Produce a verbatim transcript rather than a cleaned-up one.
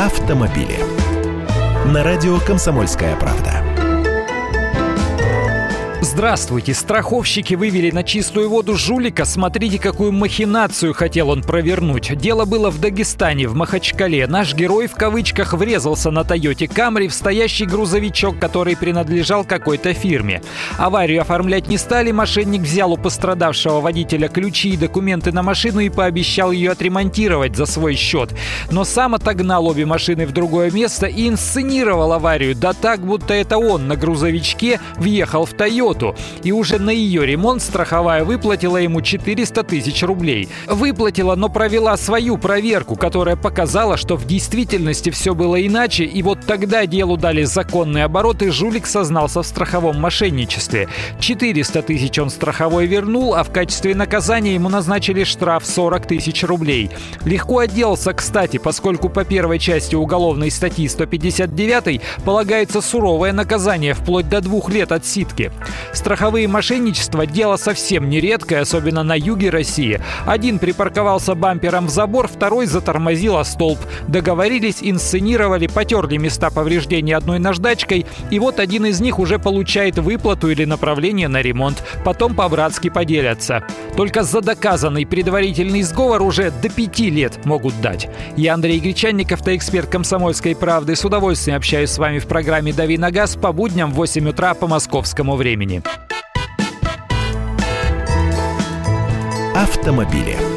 автомобили. На радио «Комсомольская правда». Здравствуйте! Страховщики вывели на чистую воду жулика. Смотрите, какую махинацию хотел он провернуть. Дело было в Дагестане, в Махачкале. Наш герой в кавычках врезался на Тойоте Камри в стоящий грузовичок, который принадлежал какой-то фирме. Аварию оформлять не стали. Мошенник взял у пострадавшего водителя ключи и документы на машину и пообещал ее отремонтировать за свой счет. Но сам отогнал обе машины в другое место и инсценировал аварию. Да так, будто это он на грузовичке въехал в Тойоту. И уже на ее ремонт страховая выплатила ему четыреста тысяч рублей. Выплатила, но провела свою проверку, которая показала, что в действительности все было иначе, и вот тогда делу дали законный оборот, и жулик сознался в страховом мошенничестве. четыреста тысяч он страховой вернул, а в качестве наказания ему назначили штраф сорок тысяч рублей. Легко отделался, кстати, поскольку по первой части уголовной статьи сто пятьдесят девять полагается суровое наказание, вплоть до двух лет отсидки. Страховые мошенничества – дело совсем не редкое, особенно на юге России. Один припарковался бампером в забор, второй затормозил о столб. Договорились, инсценировали, потерли места повреждений одной наждачкой, и вот один из них уже получает выплату или направление на ремонт. Потом по-братски поделятся. Только за доказанный предварительный сговор уже до пяти лет могут дать. Я Андрей Гречанник, автоэксперт «Комсомольской правды». С удовольствием общаюсь с вами в программе «Дави на газ» по будням в восемь утра по московскому времени. Автомобили.